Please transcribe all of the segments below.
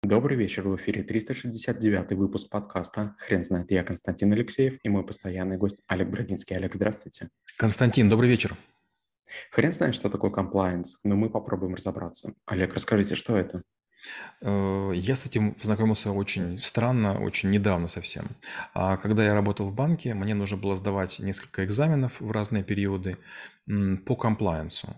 Добрый вечер, в эфире 369 выпуск подкаста «Хрен знает». Я Константин Алексеев и мой постоянный гость Олег Брагинский. Олег, здравствуйте. Константин, добрый вечер. Хрен знает, что такое комплаенс, но мы попробуем разобраться. Олег, расскажите, что это? Я с этим познакомился очень странно, очень недавно совсем. Когда я работал в банке, мне нужно было сдавать несколько экзаменов в разные периоды по комплаенсу.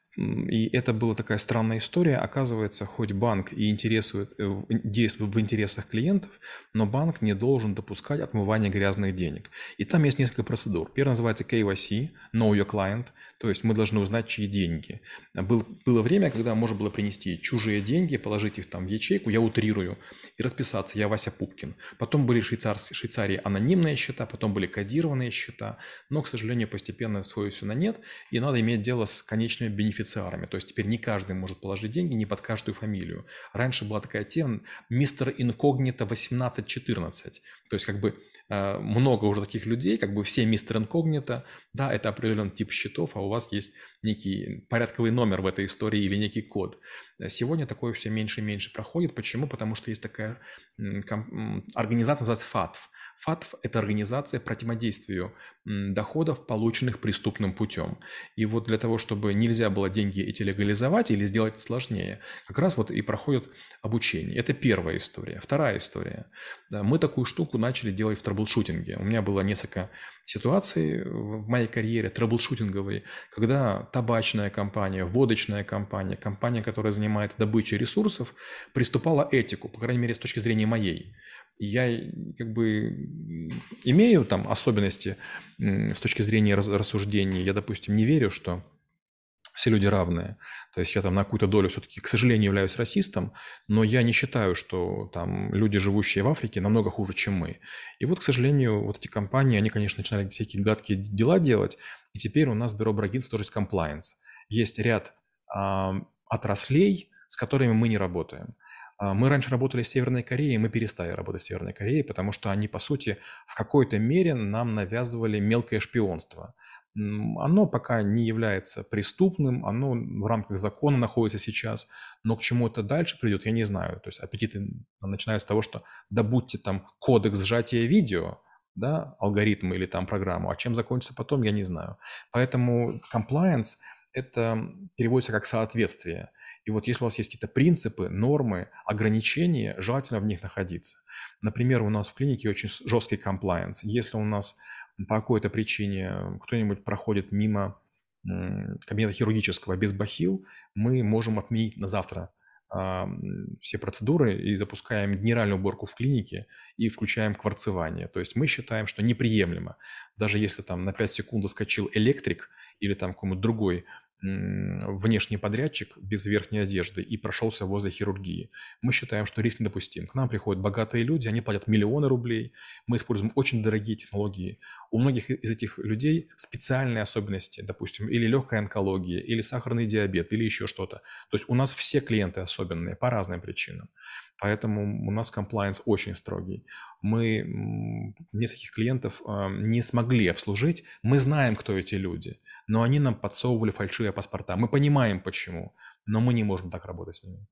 И это была такая странная история. Оказывается, хоть банк и действует в интересах клиентов, но банк не должен допускать отмывания грязных денег. И там есть несколько процедур. Первая называется KYC, Know Your Client, то есть мы должны узнать, чьи деньги. Было время, когда можно было принести чужие деньги, положить их там в ячейку, я утрирую, и расписаться, я Вася Пупкин. Потом были в Швейцарии анонимные счета, потом были кодированные счета, но, к сожалению, постепенно свое все на нет, и надо иметь дело с конечными бенефициарами. То есть теперь не каждый может положить деньги не под каждую фамилию. Раньше была такая тема «Мистер Инкогнито 1814». То есть как бы много уже таких людей, как бы все мистер инкогнито, да, это определенный тип счетов, а у вас есть некий порядковый номер в этой истории или некий код. Сегодня такое все меньше и меньше проходит. Почему? Потому что есть такая организация, называется ФАТФ. ФАТФ – это организация противодействию доходов, полученных преступным путем. И вот для того, чтобы нельзя было деньги эти легализовать или сделать это сложнее, как раз вот и проходит обучение. Это первая история. Вторая история. Да, мы такую штуку начали делать в трэблшутинге. У меня было несколько ситуаций в моей карьере трэблшутинговой, когда табачная компания, водочная компания, компания, которая занимается добычей ресурсов, приступала этику, по крайней мере, с точки зрения моей. Я как бы имею там особенности с точки зрения рассуждений. Я, допустим, не верю, что все люди равные. То есть я там на какую-то долю все-таки, к сожалению, являюсь расистом, но я не считаю, что там люди, живущие в Африке, намного хуже, чем мы. И вот, к сожалению, вот эти компании, они, конечно, начинали всякие гадкие дела делать, и теперь у нас бюро Брагинского тоже есть compliance. Есть ряд отраслей, с которыми мы не работаем. Мы раньше работали с Северной Кореей, мы перестали работать с Северной Кореей, потому что они, по сути, в какой-то мере нам навязывали мелкое шпионство. Оно пока не является преступным, оно в рамках закона находится сейчас, но к чему это дальше придет, я не знаю. То есть аппетиты начинаются с того, что добудьте там кодекс сжатия видео, да, алгоритм или там программу, а чем закончится потом, я не знаю. Поэтому compliance – это переводится как соответствие. И вот если у вас есть какие-то принципы, нормы, ограничения, желательно в них находиться. Например, у нас в клинике очень жесткий комплаенс. Если у нас по какой-то причине кто-нибудь проходит мимо кабинета хирургического без бахил, мы можем отменить на завтра все процедуры и запускаем генеральную уборку в клинике и включаем кварцевание. То есть мы считаем, что неприемлемо, даже если там на 5 секунд заскочил электрик или там какой-нибудь другой внешний подрядчик без верхней одежды и прошелся возле хирургии. Мы считаем, что риск недопустим. К нам приходят богатые люди, они платят миллионы рублей, мы используем очень дорогие технологии. У многих из этих людей специальные особенности, допустим, или легкая онкология, или сахарный диабет, или еще что-то. То есть у нас все клиенты особенные по разным причинам. Поэтому у нас комплаенс очень строгий. Мы нескольких клиентов не смогли обслужить. Мы знаем, кто эти люди, но они нам подсовывали фальшивые паспорта. Мы понимаем, почему, но мы не можем так работать с ними.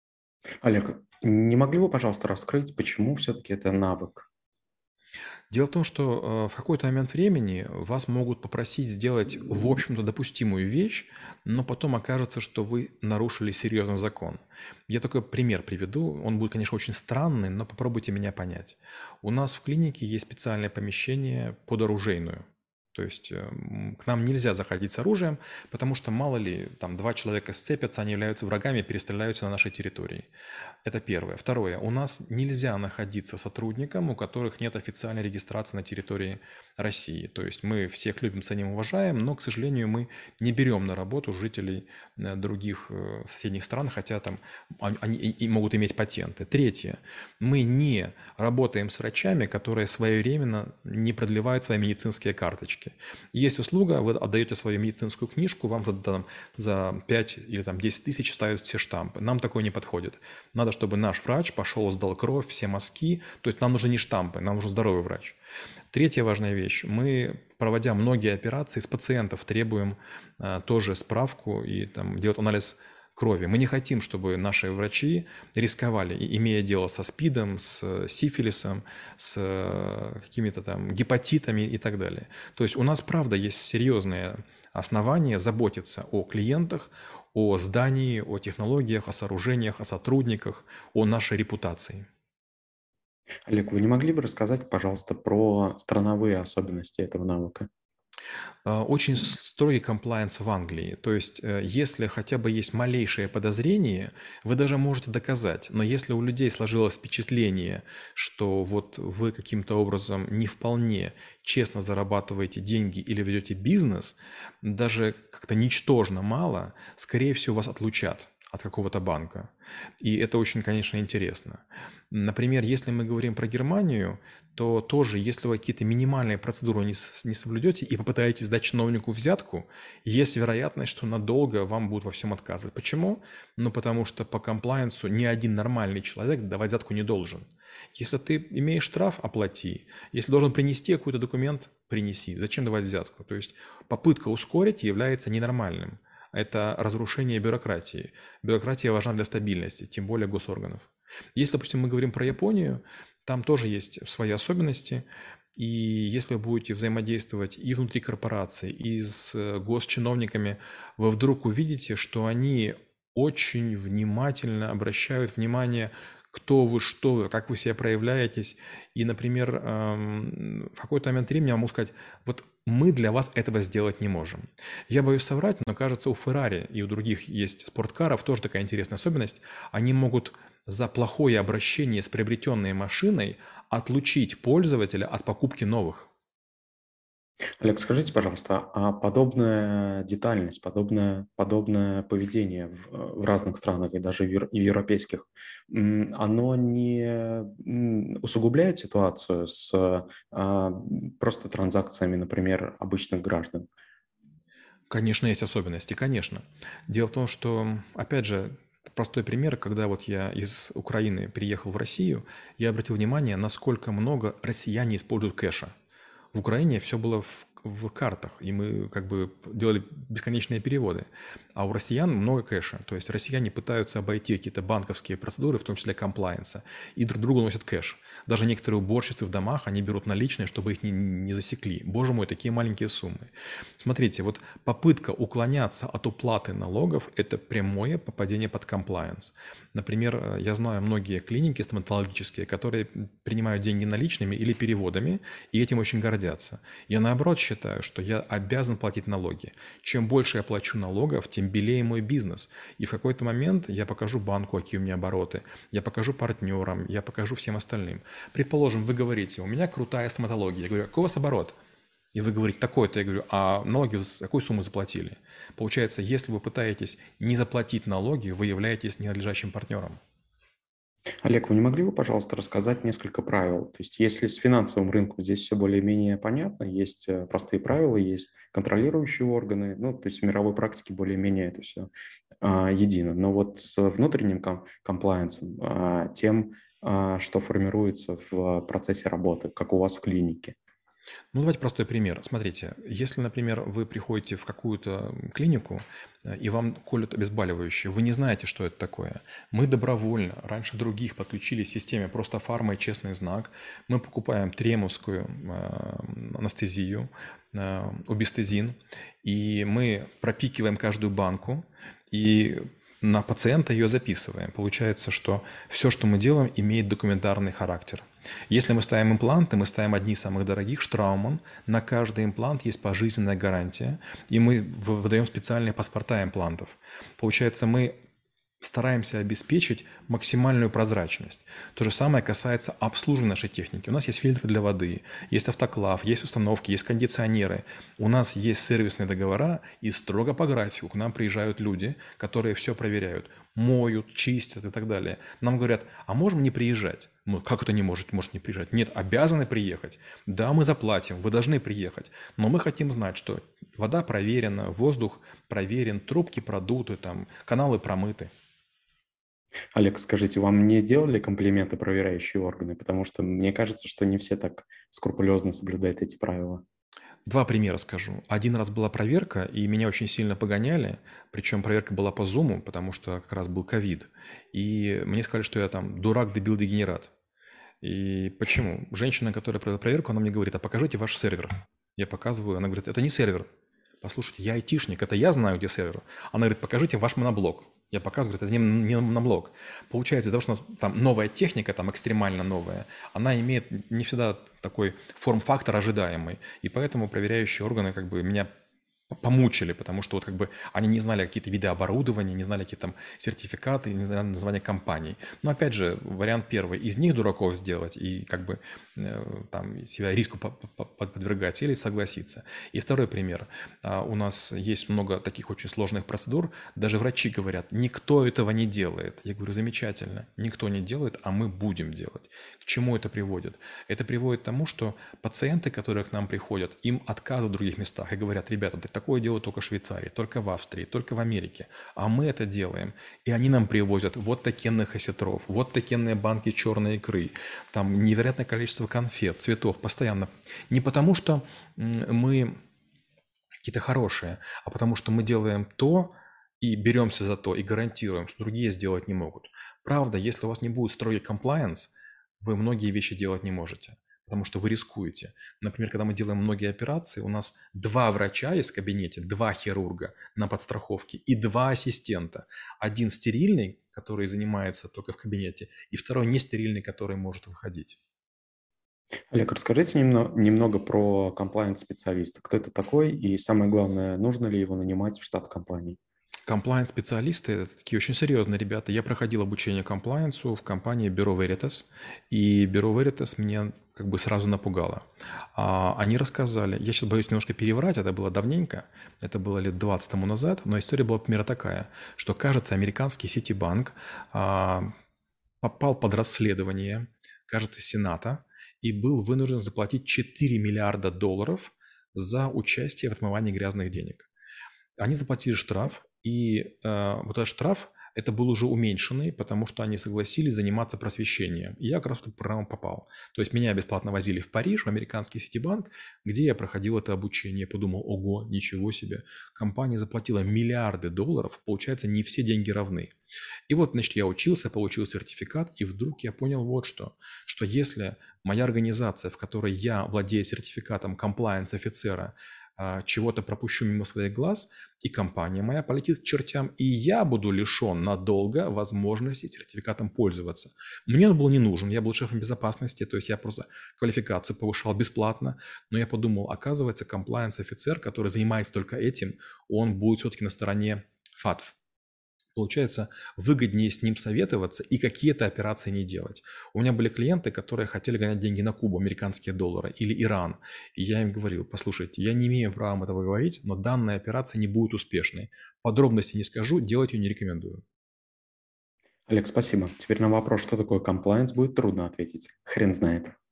Олег, не могли бы, пожалуйста, раскрыть, почему все-таки это навык? Дело в том, что в какой-то момент времени вас могут попросить сделать, в общем-то, допустимую вещь, но потом окажется, что вы нарушили серьезный закон. Я такой пример приведу. Он будет, конечно, очень странный, но попробуйте меня понять. У нас в клинике есть специальное помещение под оружейную. То есть к нам нельзя заходить с оружием, потому что, мало ли, там два человека сцепятся, они являются врагами, перестреляются на нашей территории. Это первое. Второе. У нас нельзя находиться сотрудникам, у которых нет официальной регистрации на территории России. То есть мы всех любим, ценим, уважаем, но, к сожалению, мы не берем на работу жителей других соседних стран, хотя там они и могут иметь патенты. Третье. Мы не работаем с врачами, которые своевременно не продлевают свои медицинские карточки. Есть услуга, вы отдаете свою медицинскую книжку, вам за 5 или там, 10 тысяч ставят все штампы. Нам такое не подходит. Надо, чтобы наш врач пошел, сдал кровь, все мазки. То есть нам нужны не штампы, нам нужен здоровый врач. Третья важная вещь. Мы, проводя многие операции, с пациентов требуем тоже справку и там, делать анализ крови. Мы не хотим, чтобы наши врачи рисковали, имея дело со СПИДом, с сифилисом, с какими-то там гепатитами и так далее. То есть у нас, правда, есть серьезные основания заботиться о клиентах, о здании, о технологиях, о сооружениях, о сотрудниках, о нашей репутации. Олег, вы не могли бы рассказать, пожалуйста, про страновые особенности этого навыка? Очень строгий комплаенс в Англии. То есть, если хотя бы есть малейшее подозрение, вы даже можете доказать. Но если у людей сложилось впечатление, что вот вы каким-то образом не вполне честно зарабатываете деньги или ведете бизнес, даже как-то ничтожно мало, скорее всего, вас отлучат от какого-то банка. И это очень, конечно, интересно. Например, если мы говорим про Германию, то тоже, если вы какие-то минимальные процедуры не соблюдете и попытаетесь дать чиновнику взятку, есть вероятность, что надолго вам будут во всем отказывать. Почему? Ну, потому что по комплайенсу ни один нормальный человек давать взятку не должен. Если ты имеешь штраф, оплати. Если должен принести какой-то документ, принеси. Зачем давать взятку? То есть попытка ускорить является ненормальным. Это разрушение бюрократии. Бюрократия важна для стабильности, тем более госорганов. Если, допустим, мы говорим про Японию, там тоже есть свои особенности. И если вы будете взаимодействовать и внутри корпорации, и с госчиновниками, вы вдруг увидите, что они очень внимательно обращают внимание, кто вы, что вы, как вы себя проявляетесь. И, например, в какой-то момент времени я могу сказать, вот мы для вас этого сделать не можем. Я боюсь соврать, но кажется, у Ferrari и у других есть спорткаров тоже такая интересная особенность. Они могут за плохое обращение с приобретенной машиной отлучить пользователя от покупки новых. Олег, скажите, пожалуйста, а подобная детальность, подобное поведение в разных странах и даже и в европейских, оно не усугубляет ситуацию с просто транзакциями, например, обычных граждан? Конечно, есть особенности, конечно. Дело в том, что, опять же, простой пример, когда вот я из Украины переехал в Россию, я обратил внимание, насколько много россияне используют кэша. В Украине все было в картах, и мы как бы делали бесконечные переводы. А у россиян много кэша. То есть россияне пытаются обойти какие-то банковские процедуры, в том числе комплайенса, и друг другу носят кэш. Даже некоторые уборщицы в домах, они берут наличные, чтобы их не засекли. Боже мой, такие маленькие суммы. Смотрите, вот попытка уклоняться от уплаты налогов – это прямое попадение под комплайенс. Например, я знаю многие клиники стоматологические, которые принимают деньги наличными или переводами, и этим очень гордятся. Я наоборот считаю, что я обязан платить налоги. Чем больше я плачу налогов, тем белее мой бизнес. И в какой-то момент я покажу банку, какие у меня обороты, я покажу партнерам, я покажу всем остальным. Предположим, вы говорите, у меня крутая стоматология. Я говорю, какой у вас оборот? И вы говорите, такой-то. Я говорю, а налоги вы с какой суммы заплатили? Получается, если вы пытаетесь не заплатить налоги, вы являетесь ненадлежащим партнером. Олег, вы не могли бы, пожалуйста, рассказать несколько правил? То есть если с финансовым рынком здесь все более-менее понятно, есть простые правила, есть контролирующие органы, ну, то есть в мировой практике более-менее это все едино. Но вот с внутренним комплайенсом, тем, что формируется в процессе работы, как у вас в клинике. Ну, давайте простой пример. Смотрите, если, например, вы приходите в какую-то клинику, и вам колют обезболивающее, вы не знаете, что это такое. Мы добровольно, раньше других, подключились к системе просто фарма и честный знак. Мы покупаем тремовскую анестезию, убистезин, и мы пропикиваем каждую банку, и на пациента ее записываем. Получается, что все, что мы делаем, имеет документарный характер. Если мы ставим импланты, мы ставим одни из самых дорогих, Штрауман. На каждый имплант есть пожизненная гарантия, и мы выдаем специальные паспорта имплантов. Получается, мы стараемся обеспечить максимальную прозрачность. То же самое касается обслуживания нашей техники. У нас есть фильтры для воды, есть автоклав, есть установки, есть кондиционеры. У нас есть сервисные договора, и строго по графику к нам приезжают люди, которые все проверяют, моют, чистят и так далее. Нам говорят, а можем не приезжать? Мы, как это не может не приезжать? Нет, обязаны приехать. Да, мы заплатим, вы должны приехать. Но мы хотим знать, что вода проверена, воздух проверен, трубки продуты, там, каналы промыты. Олег, скажите, вам не делали комплименты проверяющие органы? Потому что мне кажется, что не все так скрупулезно соблюдают эти правила. Два примера скажу. Один раз была проверка, и меня очень сильно погоняли, причем проверка была по Зуму, потому что как раз был ковид. И мне сказали, что я там дурак, дебил, дегенерат. И почему? Женщина, которая провела проверку, она мне говорит: а покажите ваш сервер. Я показываю, она говорит: это не сервер. Послушайте, я айтишник, это я знаю, где сервер. Она говорит: покажите ваш моноблок. Я показываю, говорит: это не моноблок. Получается, из-за того, что у нас там новая техника, там экстремально новая, она имеет не всегда такой форм-фактор ожидаемый. И поэтому проверяющие органы как бы меня помучили, потому что вот как бы они не знали какие-то виды оборудования, не знали какие там сертификаты, не знали названия компаний. Но опять же, вариант первый: из них дураков сделать и как бы там себя риску подвергать или согласиться. И второй пример. У нас есть много таких очень сложных процедур, даже врачи говорят: никто этого не делает. Я говорю: замечательно, никто не делает, а мы будем делать. К чему это приводит? Это приводит к тому, что пациенты, которые к нам приходят, им отказывают в других местах и говорят: ребята, такое делают только в Швейцарии, только в Австрии, только в Америке, а мы это делаем. И они нам привозят вот такенных осетров, вот такенные банки черной икры, там невероятное количество конфет, цветов, постоянно. Не потому, что мы какие-то хорошие, а потому что мы делаем то, и беремся за то, и гарантируем, что другие сделать не могут. Правда, если у вас не будет строгий комплаенс, вы многие вещи делать не можете, потому что вы рискуете. Например, когда мы делаем многие операции, у нас два врача есть в кабинете, два хирурга на подстраховке и два ассистента. Один стерильный, который занимается только в кабинете, и второй нестерильный, который может выходить. Олег, расскажите немного про комплайенс-специалиста. Кто это такой и, самое главное, нужно ли его нанимать в штат компании? Комплайенс-специалисты– это такие очень серьезные ребята. Я проходил обучение комплайенсу в компании Bureau Veritas, и Bureau Veritas меня как бы сразу напугало. Они рассказали, я сейчас боюсь немножко переврать, это было давненько, это было лет 20 тому назад, но история была примерно такая, что, кажется, американский Ситибанк попал под расследование, кажется, Сената, и был вынужден заплатить 4 миллиарда долларов за участие в отмывании грязных денег. Они заплатили штраф, и вот этот штраф, это был уже уменьшенный, потому что они согласились заниматься просвещением. И я как раз в эту программу попал. То есть меня бесплатно возили в Париж, в американский Ситибанк, где я проходил это обучение. Я подумал: ого, ничего себе, компания заплатила миллиарды долларов, получается, не все деньги равны. И вот, значит, я учился, получил сертификат, и вдруг я понял вот что если моя организация, в которой я владею сертификатом комплаенс-офицера, чего-то пропущу мимо своих глаз, и компания моя полетит к чертям, и я буду лишен надолго возможности сертификатом пользоваться. Мне он был не нужен, я был шефом безопасности, то есть я просто квалификацию повышал бесплатно, но я подумал, оказывается, комплаенс-офицер, который занимается только этим, он будет все-таки на стороне ФАТФ. Получается, выгоднее с ним советоваться и какие-то операции не делать. У меня были клиенты, которые хотели гонять деньги на Кубу, американские доллары, или Иран. И я им говорил: послушайте, я не имею права вам этого говорить, но данная операция не будет успешной. Подробности не скажу, делать ее не рекомендую. Олег, спасибо. Теперь на вопрос, что такое комплайенс, будет трудно ответить. Хрен знает.